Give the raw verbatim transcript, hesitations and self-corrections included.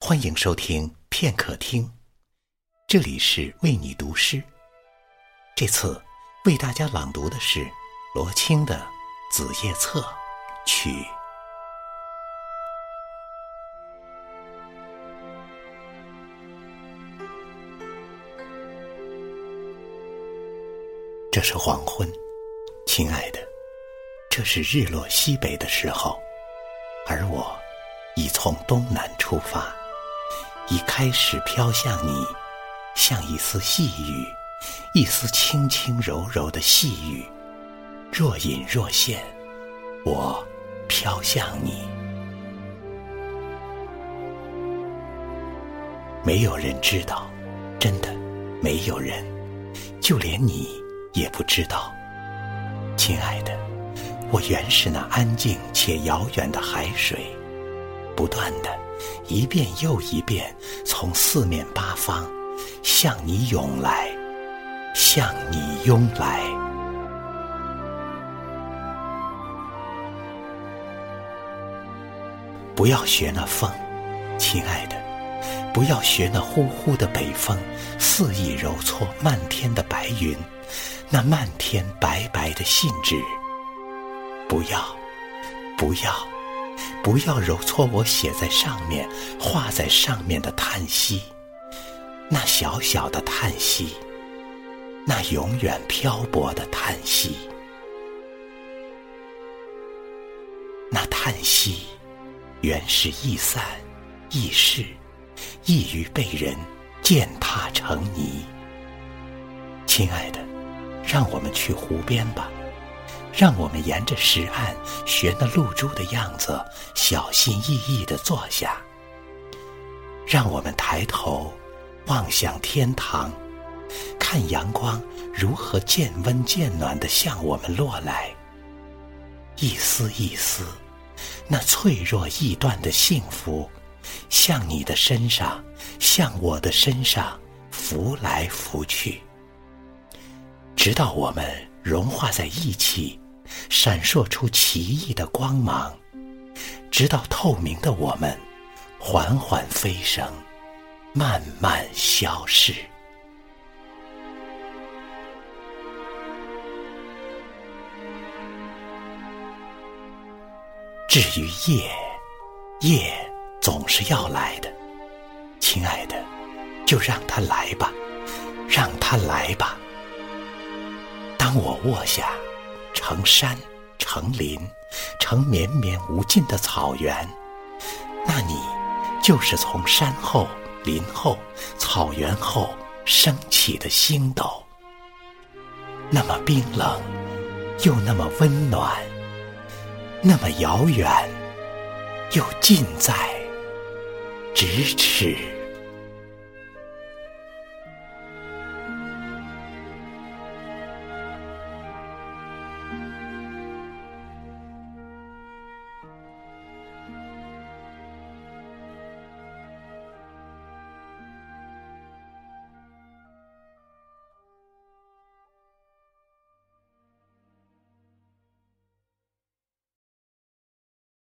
欢迎收听片刻听，这里是为你读诗。这次为大家朗读的是罗青的《子夜策》曲。这是黄昏，亲爱的，这是日落西北的时候，而我已从东南出发，已开始飘向你，像一丝细雨，一丝轻轻柔柔的细雨，若隐若现，我飘向你。没有人知道，真的没有人，就连你也不知道。亲爱的，我原是那安静且遥远的海水，不断的一遍又一遍从四面八方向你涌来，向你拥来。不要学那风，亲爱的，不要学那呼呼的北风，肆意揉搓漫天的白云，那漫天白白的信纸。不要，不要，不要揉搓我写在上面、画在上面的叹息，那小小的叹息，那永远漂泊的叹息。那叹息原是易散易逝，易于被人践踏成泥。亲爱的，让我们去湖边吧，让我们沿着石岸学那露珠的样子，小心翼翼地坐下。让我们抬头望向天堂，看阳光如何渐温渐暖地向我们落来，一丝一丝，那脆弱易断的幸福，向你的身上，向我的身上浮来浮去，直到我们融化在一起，闪烁出奇异的光芒，直到透明的我们缓缓飞升，慢慢消逝。至于夜，夜总是要来的，亲爱的，就让它来吧，让它来吧。当我卧下，成山成林，成绵绵无尽的草原，那你就是从山后、林后、草原后升起的星斗，那么冰冷，又那么温暖，那么遥远，又近在咫尺。